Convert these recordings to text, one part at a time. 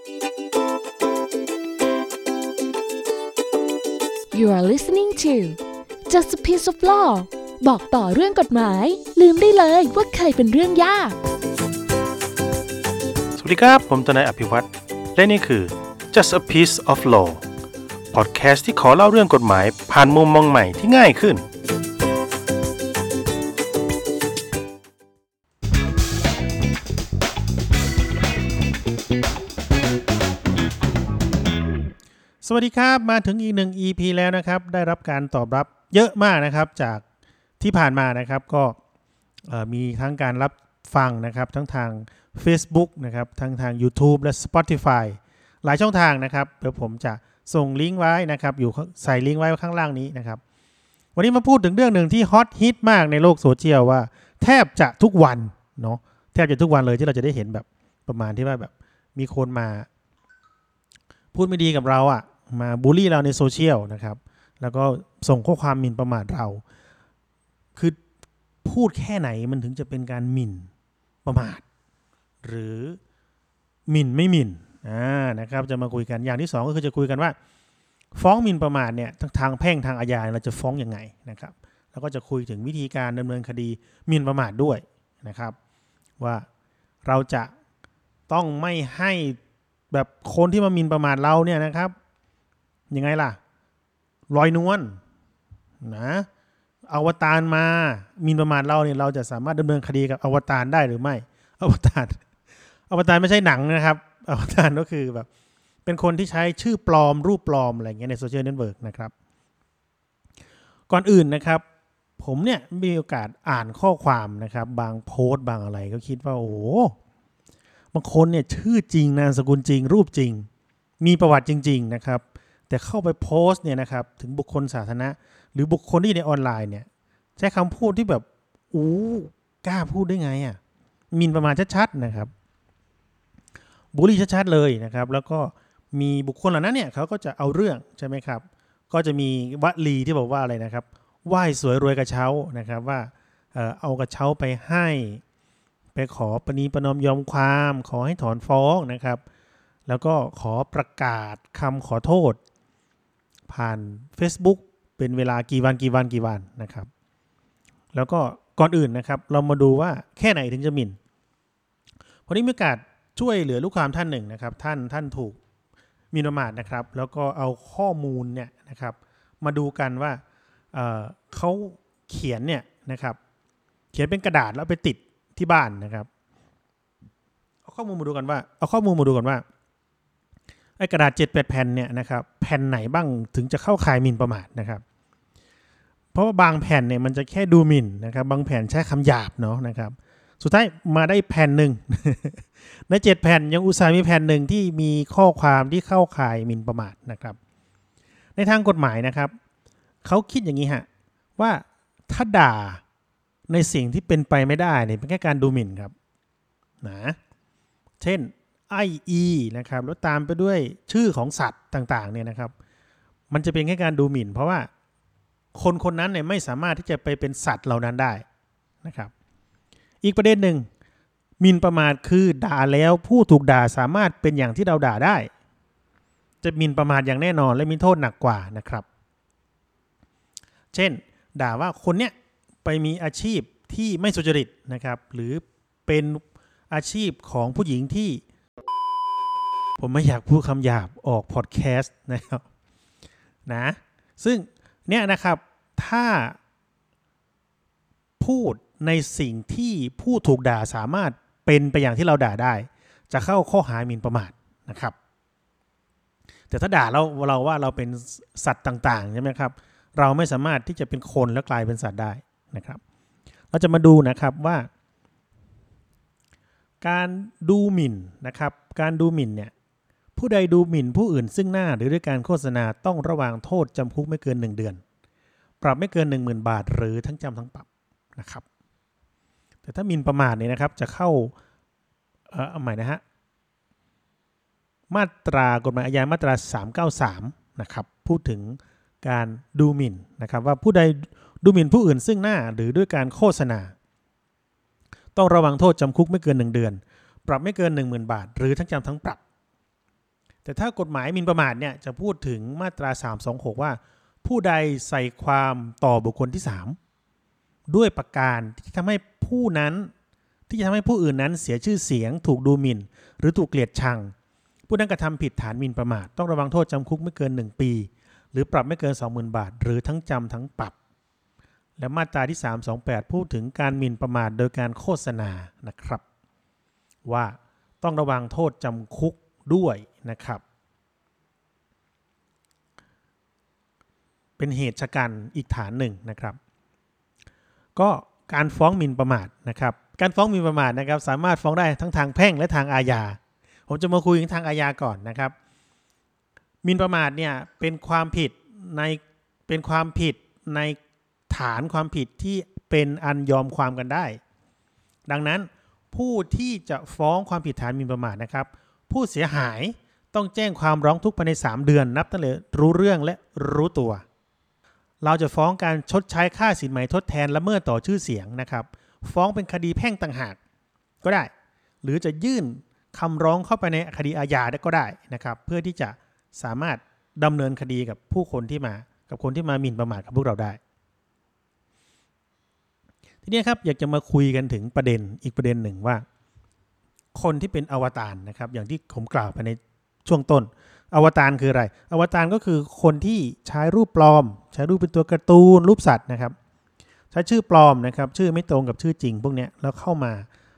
You are listening to Just a Piece of Law บอกต่อเรื่องกฎหมายลืมได้เลยว่าเคยเป็นเรื่องยากสวัสดีครับผมทนายอภิวัตรและนี่คือ Just a Piece of Law พอดแคสต์ที่ขอเล่าเรื่องกฎหมายผ่านมุมมองใหม่ที่ง่ายขึ้นสวัสดีครับมาถึงอีก1 EP แล้วนะครับได้รับการตอบรับเยอะมากนะครับจากที่ผ่านมานะครับก็มีทั้งการรับฟังนะครับทั้งทาง Facebook นะครับทั้งทาง YouTube และ Spotify หลายช่องทางนะครับเดี๋ยวผมจะส่งลิงก์ไว้นะครับอยู่ใส่ลิงก์ไว้ข้างล่างนี้นะครับวันนี้มาพูดถึงเรื่องหนึ่งที่ฮอตฮิตมากในโลกโซเชียลว่าแทบจะทุกวันเนาะแทบจะทุกวันเลยที่เราจะได้เห็นแบบประมาณที่ว่าแบบมีคนมาพูดไม่ดีกับเราอ่ะมาบูลลี่เราในโซเชียลนะครับแล้วก็ส่งข้อความหมิ่นประมาทเราคือพูดแค่ไหนมันถึงจะเป็นการหมิ่นประมาทหรือหมิ่นไม่หมิ่นนะครับจะมาคุยกันอย่างที่2ก็คือจะคุยกันว่าฟ้องหมิ่นประมาทเนี่ยทางแพ่งทางอาญาเราจะฟ้องยังไงนะครับแล้วก็จะคุยถึงวิธีการดำเนินคดีหมิ่นประมาทด้วยนะครับว่าเราจะต้องไม่ให้แบบคนที่มาหมิ่นประมาทเราเนี่ยนะครับยังไงล่ะลอยนวลนะอวตารมาหมิ่นประมาทเราเนี่ยเราจะสามารถดำเนินคดีกับอวตารได้หรือไม่อวตารไม่ใช่หนังนะครับอวตารก็คือแบบเป็นคนที่ใช้ชื่อปลอมรูปปลอมอะไรอย่างเงี้ยในโซเชียลเน็ตเวิร์กนะครับก่อนอื่นนะครับผมเนี่ยมีโอกาสอ่านข้อความนะครับบางโพสต์บางอะไรก็คิดว่าโอ้โหบางคนเนี่ยชื่อจริงนามสกุลจริงรูปจริงมีประวัติจริงๆนะครับแต่เข้าไปโพสต์เนี่ยนะครับถึงบุคคลสาธารณะหรือบุคคลที่ในออนไลน์เนี่ยใช้คำพูดที่แบบกล้าพูดได้ไงอ่ะหมิ่นประมาทชัดๆนะครับบูลลี่ชัดๆเลยนะครับแล้วก็มีบุคคลเหล่านั้นเนี่ยเขาก็จะเอาเรื่องใช่ไหมครับก็จะมีวลีที่บอกว่าอะไรนะครับไหว้สวยรวยกระเช้านะครับว่าเอากระเช้าไปให้ไปขอประนีประนอมยอมความขอให้ถอนฟ้องนะครับแล้วก็ขอประกาศคำขอโทษผ่าน Facebook เป็นเวลากี่วันนะครับแล้วก็ก่อนอื่นนะครับเรามาดูว่าแค่ไหนถึงจะหมิ่นวันนี้มีโอกาสช่วยเหลือลูกความท่านหนึ่งนะครับท่านถูกหมิ่นประมาทนะครับแล้วก็เอาข้อมูลเนี่ยนะครับมาดูกันว่าเขาเขียนเนี่ยนะครับเขียนเป็นกระดาษแล้วไปติดที่บ้านนะครับเอาข้อมูลมาดูกันว่าไอ้กระดาษ 7-8 แผ่นเนี่ยนะครับแผ่นไหนบ้างถึงจะเข้าข่ายหมิ่นประมาทนะครับเพราะว่าบางแผ่นเนี่ยมันจะแค่ดูหมิ่นนะครับบางแผ่นใช้คำหยาบเนาะนะครับสุดท้ายมาได้แผ่นหนึ่ง ใน7แผ่นยังอุตส่าห์มีแผ่นหนึ่งที่มีข้อความที่เข้าข่ายหมิ่นประมาทนะครับในทางกฎหมายนะครับเขาคิดอย่างนี้ฮะว่าถ้าด่าในสิ่งที่เป็นไปไม่ได้เนี่ยเป็นแค่การดูหมิ่นครับนะเช่นIE นะครับแล้วตามไปด้วยชื่อของสัตว์ต่างๆเนี่ยนะครับมันจะเป็นแค่การดูหมิ่นเพราะว่าคนนั้นเนี่ยไม่สามารถที่จะไปเป็นสัตว์เหล่านั้นได้นะครับอีกประเด็นหนึ่งหมิ่นประมาทคือด่าแล้วผู้ถูกด่าสามารถเป็นอย่างที่เราด่าได้จะหมิ่นประมาทอย่างแน่นอนและมีโทษหนักกว่านะครับเช่นด่าว่าคนเนี้ยไปมีอาชีพที่ไม่สุจริตนะครับหรือเป็นอาชีพของผู้หญิงที่ผมไม่อยากพูดคำหยาบออกพอดแคสต์นะครับนะซึ่งเนี่ยนะครับถ้าพูดในสิ่งที่ผู้ถูกด่าสามารถเป็นไปอย่างที่เราด่าได้จะเข้าข้อหาหมิ่นประมาทนะครับแต่ถ้าด่าเราว่าเราเป็นสัตว์ต่างๆใช่ไหมครับเราไม่สามารถที่จะเป็นคนแล้วกลายเป็นสัตว์ได้นะครับเราจะมาดูนะครับว่าการดูหมิ่นนะครับการดูหมิ่นเนี่ยผู้ใดดูหมิ่นผู้อื่นซึ่งหน้าหรือด้วยการโฆษณาต้องระวางโทษจำคุกไม่เกิน1 เดือนปรับไม่เกิน 10,000 บาทหรือทั้งจำทั้งปรับนะครับแต่ถ้าหมิ่นประมาทเนี่ยนะครับจะเข้าเอาใหม่นะฮะมาตรากฎหมายอาญามาตรา393นะครับพูดถึงการดูหมิ่นนะครับว่าผู้ใดดูหมิ่นผู้อื่นซึ่งหน้าหรือด้วยการโฆษณาต้องระวังโทษจำคุกไม่เกิน1 เดือนปรับไม่เกิน 10,000 บาทหรือทั้งจำทั้งปรับแต่ถ้ากฎหมายหมิ่นประมาทเนี่ยจะพูดถึงมาตรา326ว่าผู้ใดใส่ความต่อบุคคลที่3ด้วยประการที่ทำให้ผู้นั้นที่จะทำให้ผู้อื่นนั้นเสียชื่อเสียงถูกดูหมิ่นหรือถูกเกลียดชังผู้นั้นกระทำผิดฐานหมิ่นประมาทต้องระวังโทษจำคุกไม่เกิน1ปีหรือปรับไม่เกิน 20,000 บาทหรือทั้งจำทั้งปรับและมาตราที่328พูดถึงการหมิ่นประมาทโดยการโฆษณานะครับว่าต้องระวังโทษจำคุกด้วยนะครับเป็นเหตุชะกันอีกฐานหนึ่งนะครับก็การฟ้องหมิ่นประมาทนะครับการฟ้องหมิ่นประมาทนะครับสามารถฟ้องได้ทั้งทางแพ่งและทางอาญาผมจะมาคุยถึงทางอาญาก่อนนะครับหมิ่นประมาทเนี่ยเป็นความผิดในฐานความผิดที่เป็นอันยอมความกันได้ดังนั้นผู้ที่จะฟ้องความผิดฐานหมิ่นประมาทนะครับผู้เสียหายต้องแจ้งความร้องทุกข์ภายใน3 เดือนนับตั้งแต่รู้เรื่องและรู้ตัวเราจะฟ้องการชดใช้ค่าสินไหมทดแทนละเมิดต่อชื่อเสียงนะครับฟ้องเป็นคดีแพ่งต่างหากก็ได้หรือจะยื่นคำร้องเข้าไปในคดีอาญาก็ได้นะครับเพื่อที่จะสามารถดำเนินคดีกับคนที่มาหมิ่นประมาทกับพวกเราได้ทีนี้ครับอยากจะมาคุยกันถึงอีกประเด็นหนึ่งว่าคนที่เป็นอวตารนะครับอย่างที่ผมกล่าวไปในช่วงต้นอวตารคืออะไรอวตารก็คือคนที่ใช้รูปปลอมใช้รูปเป็นตัวการ์ตูนรูปสัตว์นะครับใช้ชื่อปลอมนะครับชื่อไม่ตรงกับชื่อจริงพวกนี้แล้วเข้ามา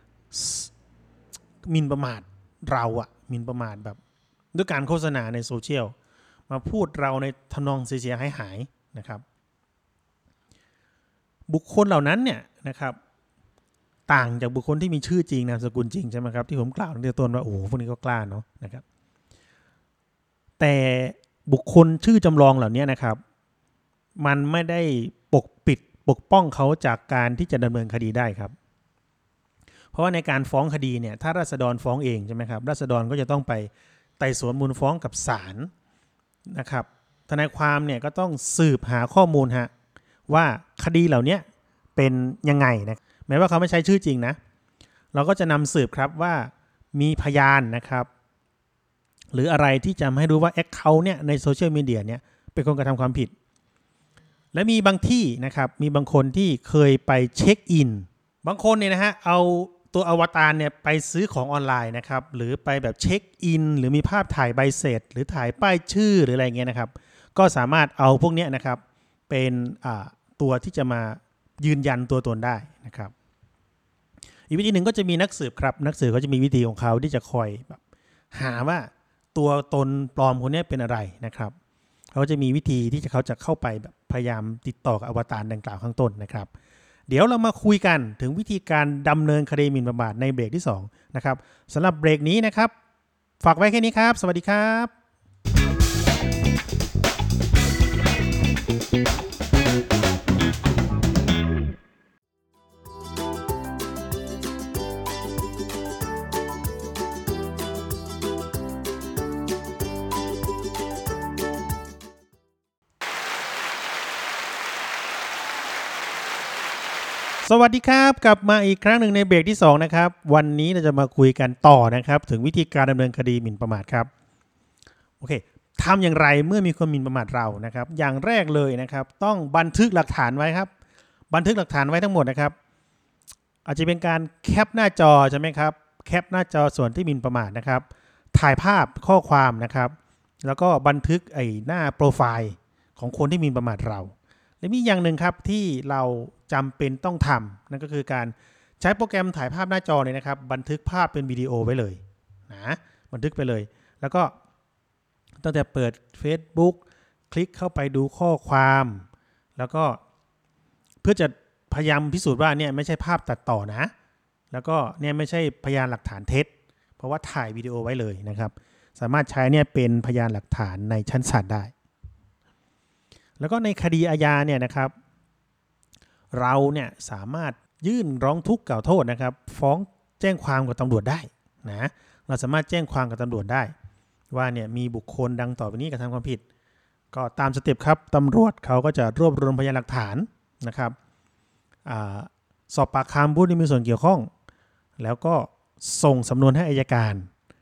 หมิ่นประมาทเราหมิ่นประมาทแบบด้วยการโฆษณาในโซเชียลมาพูดเราในทำนองเสียหายนะครับบุคคลเหล่านั้นเนี่ยนะครับต่างจากบุคคลที่มีชื่อจริงนามสกุลจริงใช่ไหมครับที่ผมกล่าวตั้งแต่ต้นว่าโอ้พวกนี้ก็กล้าเนาะนะครับแต่บุคคลชื่อจำลองเหล่านี้นะครับมันไม่ได้ปกป้องเขาจากการที่จะดำเนินคดีได้ครับเพราะว่าในการฟ้องคดีเนี่ยถ้าราษฎรฟ้องเองใช่ไหมครับราษฎรก็จะต้องไปไต่สวนมูลฟ้องกับศาลนะครับทนายความเนี่ยก็ต้องสืบหาข้อมูลว่าคดีเหล่านี้เป็นยังไงนะแม้ว่าเขาไม่ใช้ชื่อจริงนะเราก็จะนำสืบครับว่ามีพยานนะครับหรืออะไรที่จะให้รู้ว่าแอคเคาท์เนี่ยในโซเชียลมีเดียเนี่ยเป็นคนกระทำความผิดและมีบางที่นะครับมีบางคนที่เคยไปเช็คอินบางคนเนี่ยนะฮะเอาตัวอวตารเนี่ยไปซื้อของออนไลน์นะครับหรือไปแบบเช็คอินหรือมีภาพถ่ายใบเสร็จหรือถ่ายป้ายชื่อหรืออะไรเงี้ยนะครับก็สามารถเอาพวกนี้นะครับเป็นตัวที่จะมายืนยันตัวตนได้นะครับอีกวิธีหนึ่งก็จะมีนักสืบครับนักสืบเขาจะมีวิธีของเขาที่จะคอยแบบหาว่าตัวตนปลอมคนนี้เป็นอะไรนะครับเขาจะมีวิธีที่เขาจะเข้าไปแบบพยายามติดต่อกับอวตารดังกล่าวข้างต้นนะครับเดี๋ยวเรามาคุยกันถึงวิธีการดำเนินคดีหมิ่นประมาทในเบรกที่2นะครับสำหรับเบรกนี้นะครับฝากไว้แค่นี้ครับสวัสดีครับสวัสดีครับกลับมาอีกครั้งหนึ่งในเบรกที่2นะครับวันนี้เราจะมาคุยกันต่อนะครับถึงวิธีการดำเนินคดีหมิ่นประมาทครับโอเคทำอย่างไรเมื่อมีคนหมิ่นประมาทเรานะครับอย่างแรกเลยนะครับต้องบันทึกหลักฐานไว้ครับบันทึกหลักฐานไว้ทั้งหมดนะครับอาจจะเป็นการแคปหน้าจอใช่ไหมครับแคปหน้าจอส่วนที่หมิ่นประมาทนะครับถ่ายภาพข้อความนะครับแล้วก็บันทึกหน้าโปรไฟล์ของคนที่หมิ่นประมาทเราและมีอย่างหนึ่งครับที่เราจำเป็นต้องทำนั่นก็คือการใช้โปรแกรมถ่ายภาพหน้าจอเนี่ยนะครับบันทึกภาพเป็นวิดีโอไว้เลยนะบันทึกไปเลยแล้วก็ตั้งแต่เปิด Facebook คลิกเข้าไปดูข้อความแล้วก็เพื่อจะพยายามพิสูจน์ว่าเนี่ยไม่ใช่ภาพตัดต่อนะแล้วก็เนี่ยไม่ใช่พยานหลักฐานเท็จเพราะว่าถ่ายวิดีโอไว้เลยนะครับสามารถใช้เนี่ยเป็นพยานหลักฐานในชั้นศาลได้แล้วก็ในคดีอาญาเนี่ยนะครับเราเนี่ยสามารถยื่นร้องทุกข์กล่าวโทษนะครับฟ้องแจ้งความกับตำรวจได้นะเราสามารถแจ้งความกับตำรวจได้ว่าเนี่ยมีบุคคลดังต่อไปนี้กระทำความผิดก็ตามสเต็ปครับตำรวจเขาก็จะรวบรวมพยานหลักฐานนะครับสอบปากคำผู้ที่มีส่วนเกี่ยวข้องแล้วก็ส่งสำนวนให้อัยการ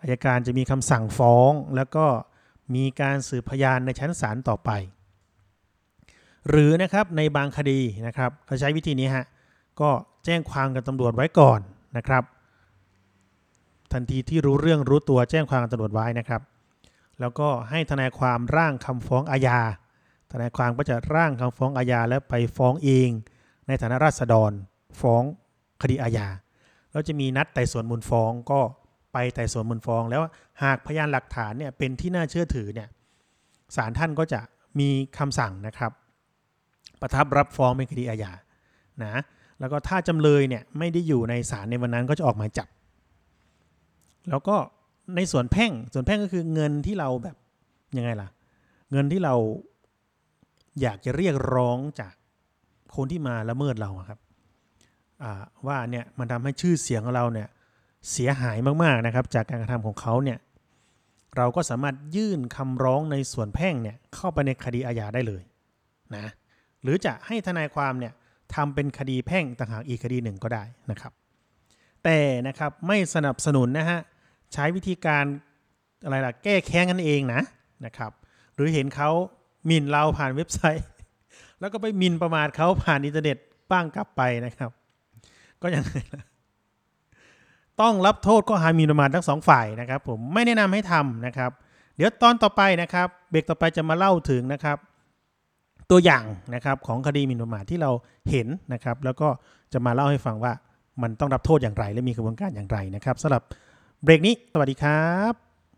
อัยการจะมีคำสั่งฟ้องแล้วก็มีการสืบพยานในชั้นศาลต่อไปหรือนะครับในบางคดีนะครับเขาใช้วิธีนี้ฮะก็แจ้งความกับตำรวจไว้ก่อนนะครับทันทีที่รู้เรื่องรู้ตัวแจ้งความกับตำรวจไว้นะครับแล้วก็ให้ทนายความร่างคำฟ้องอาญาทนายความก็จะร่างคำฟ้องอาญาแล้วไปฟ้องเองในฐานะราษฎรฟ้องคดีอาญาแล้วจะมีนัดไต่สวนมูลฟ้องก็ไปไต่สวนมูลฟ้องแล้วหากพยานหลักฐานเนี่ยเป็นที่น่าเชื่อถือเนี่ยศาลท่านก็จะมีคำสั่งนะครับประทับรับฟ้องเป็นคดีอาญานะแล้วก็ถ้าจำเลยเนี่ยไม่ได้อยู่ในศาลในวันนั้นก็จะออกหมายจับแล้วก็ในส่วนแพ่งก็คือเงินที่เราแบบยังไงล่ะเงินที่เราอยากจะเรียกร้องจากคนที่มาละเมิดเราครับว่าเนี่ยมันทำให้ชื่อเสียงของเราเนี่ยเสียหายมากๆนะครับจากการกระทำของเขาเนี่ยเราก็สามารถยื่นคำร้องในส่วนแพ่งเนี่ยเข้าไปในคดีอาญาได้เลยนะหรือจะให้ทนายความเนี่ยทำเป็นคดีแพ่งต่างหากอีกคดีหนึ่งก็ได้นะครับแต่นะครับไม่สนับสนุนนะฮะใช้วิธีการอะไรล่ะแก้แค้นกันเองนะครับหรือเห็นเขาหมิ่นเราผ่านเว็บไซต์แล้วก็ไปหมิ่นประมาทเขาผ่านอินเทอร์เน็ตบ้างกลับไปนะครับก็ยังไงล่ะต้องรับโทษข้อหาหมิ่นประมาททั้งสองฝ่ายนะครับผมไม่แนะนำให้ทำนะครับเดี๋ยวตอนต่อไปนะครับเบรกต่อไปจะมาเล่าถึงนะครับตัวอย่างนะครับของคดีหมิ่นประมาทที่เราเห็นนะครับแล้วก็จะมาเล่าให้ฟังว่ามันต้องรับโทษอย่างไรและมีกระบวนการอย่างไรนะครับสำหรับเบรกนี้สวัสดีครับ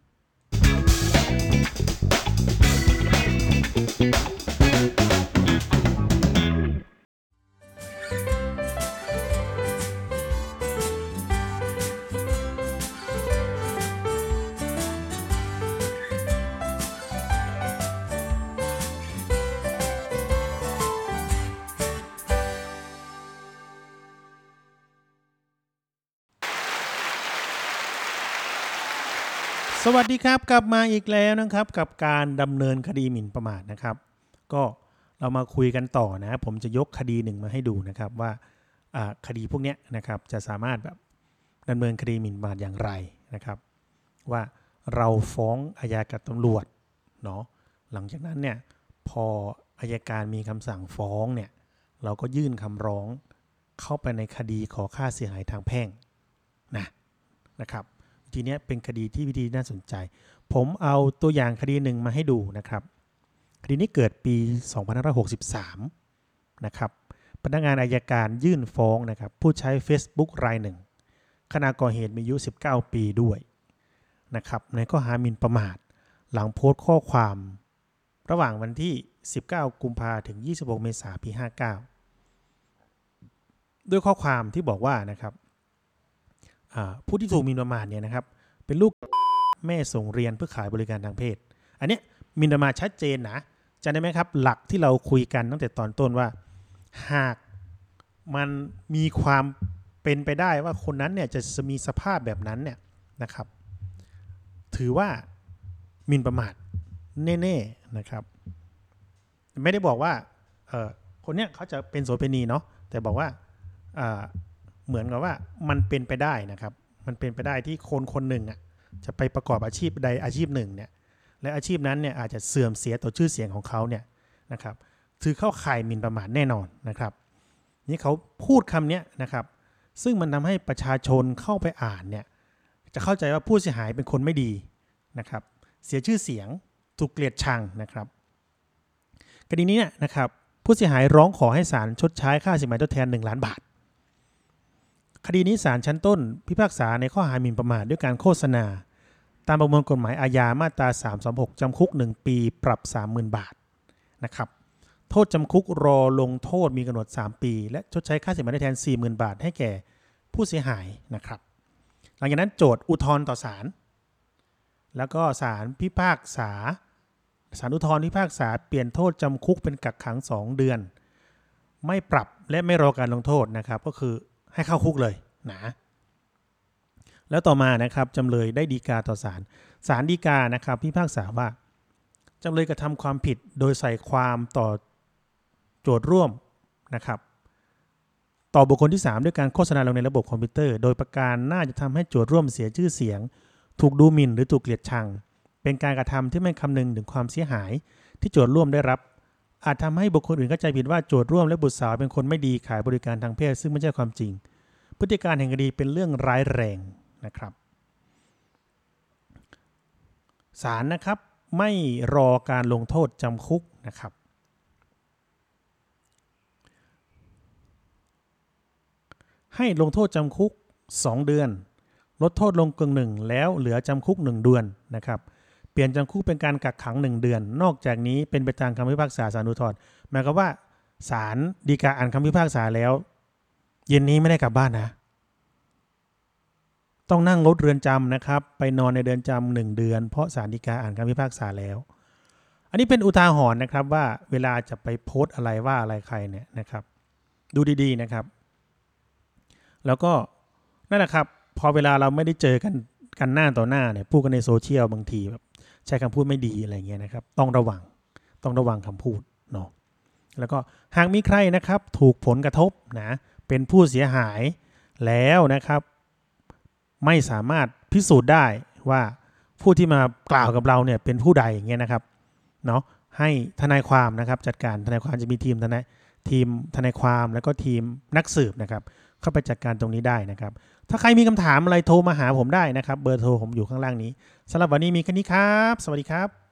สวัสดีครับกลับมาอีกแล้วนะครับกับการดำเนินคดีหมิ่นประมาทนะครับก็เรามาคุยกันต่อนะผมจะยกคดีหนึ่งมาให้ดูนะครับว่าคดีพวกนี้นะครับจะสามารถแบบดำเนินคดีหมิ่นประมาทอย่างไรนะครับว่าเราฟ้องอาญากับตำรวจเนาะหลังจากนั้นเนี่ยพออัยการมีคำสั่งฟ้องเนี่ยเราก็ยื่นคำร้องเข้าไปในคดีขอค่าเสียหายทางแพ่งนะครับทีนี้เป็นคดีที่วิธีน่าสนใจผมเอาตัวอย่างคดีหนึ่งมาให้ดูนะครับคดีนี้เกิดปี2563นะครับพนักงานอัยการยื่นฟ้องนะครับผู้ใช้ Facebook รายหนึ่งขณะก่อเหตุมีอายุ19ปีด้วยนะครับในข้อหาหมิ่นประมาทหลังโพสต์ข้อความระหว่างวันที่19กุมภาพันธ์ถึง26เมษายนปี59ด้วยข้อความที่บอกว่านะครับผู้ที่ถูกหมิ่นประมาทเนี่ยนะครับเป็นลูกแม่ส่งเรียนเพื่อขายบริการทางเพศอันนี้หมิ่นประมาทชัดเจนนะจำได้ไหมครับหลักที่เราคุยกันตั้งแต่ตอนต้นว่าหากมันมีความเป็นไปได้ว่าคนนั้นเนี่ยจะมีสภาพแบบนั้นเนี่ยนะครับถือว่าหมิ่นประมาทแน่ๆนะครับไม่ได้บอกว่าคนเนี้ยเขาจะเป็นโสเภณีเนาะแต่บอกว่าเหมือนกับว่ามันเป็นไปได้นะครับมันเป็นไปได้ที่คนหนึ่งจะไปประกอบอาชีพใดอาชีพหนึ่งเนี่ยและอาชีพนั้นเนี่ยอาจจะเสื่อมเสียต่อชื่อเสียงของเขาเนี่ยนะครับถือเข้าข่ายหมิ่นประมาทแน่นอนนะครับนี่เขาพูดคำนี้นะครับซึ่งมันทำให้ประชาชนเข้าไปอ่านเนี่ยจะเข้าใจว่าผู้เสียหายเป็นคนไม่ดีนะครับเสียชื่อเสียงถูกเกลียดชังนะครับคดีนี้นะครับผู้เสียหายร้องขอให้ศาลชดใช้ค่าสินไหมทดแทน1 ล้านบาทคดีนี้ศาลชั้นต้นพิพากษาในข้อหาหมิ่นประมาทด้วยการโฆษณาตามประมวลกฎหมายอาญามาตรา326จำคุก1ปีปรับ 30,000 บาทนะครับโทษจำคุกรอลงโทษมีกำหนด3ปีและชดใช้ค่าสินไหมทดแทน 40,000 บาทให้แก่ผู้เสียหายนะครับหลังจากนั้นโจทก์อุทธรณ์ต่อศาลแล้วก็ศาลพิพากษาศาลอุทธรณ์พิพากษาเปลี่ยนโทษจำคุกเป็นกักขัง2 เดือนไม่ปรับและไม่รอการลงโทษนะครับก็คือให้เข้าคุกเลยนะแล้วต่อมานะครับจำเลยได้ฎีกาต่อศาลฎีกานะครับพิพากษาว่าจำเลยกระทำความผิดโดยใส่ความต่อโจทย์ร่วมนะครับต่อบุคคลที่3ด้วยการโฆษณาลงในระบบคอมพิวเตอร์โดยประการน่าจะทำให้โจทย์ร่วมเสียชื่อเสียงถูกดูหมิ่นหรือถูกเกลียดชังเป็นการกระทำที่ไม่คำนึงถึงความเสียหายที่โจทย์ร่วมได้รับอาจทำให้บุคคลอื่นเข้าใจผิดว่าโจทย์ร่วมและบุตรสาวเป็นคนไม่ดีขายบริการทางเพศซึ่งไม่ใช่ความจริงพฤติการแห่งคดีเป็นเรื่องร้ายแรงนะครับศาลนะครับไม่รอการลงโทษจำคุกนะครับให้ลงโทษจำคุก2 เดือนลดโทษลงกึ่งหนึ่งแล้วเหลือจำคุก1 เดือนนะครับเปลี่ยนจำคุกเป็นการกักขัง1 เดือนนอกจากนี้เป็นไปตามคำพิพากษาศาลอุทธรณ์หมายความว่าศาลฎีกาอ่านคำพิพากษาแล้วเย็นนี้ไม่ได้กลับบ้านนะต้องนั่งรถเรือนจำนะครับไปนอนในเรือนจำ1 เดือนเพราะศาลฎีกาอ่านคำพิพากษาแล้วอันนี้เป็นอุทาหรณ์นะครับว่าเวลาจะไปโพสต์อะไรว่าอะไรใครเนี่ยนะครับดูดีๆนะครับแล้วก็นั่นแหละครับพอเวลาเราไม่ได้เจอกันหน้าต่อหน้าเนี่ยพูดกันในโซเชียลบางทีแบบใช้คำพูดไม่ดีอะไรเงี้ยนะครับต้องระวังคำพูดเนาะแล้วก็หากมีใครนะครับถูกผลกระทบนะเป็นผู้เสียหายแล้วนะครับไม่สามารถพิสูจน์ได้ว่าผู้ที่มากล่าวกับเราเนี่ยเป็นผู้ใดอย่างเงี้ยนะครับเนาะให้ทนายความนะครับจัดการทนายความจะมีทีมทนายความแล้วก็ทีมนักสืบนะครับเข้าไปจัดการตรงนี้ได้นะครับถ้าใครมีคำถามอะไรโทรมาหาผมได้นะครับเบอร์โทรผมอยู่ข้างล่างนี้สำหรับวันนี้มีแค่นี้ครับสวัสดีครับ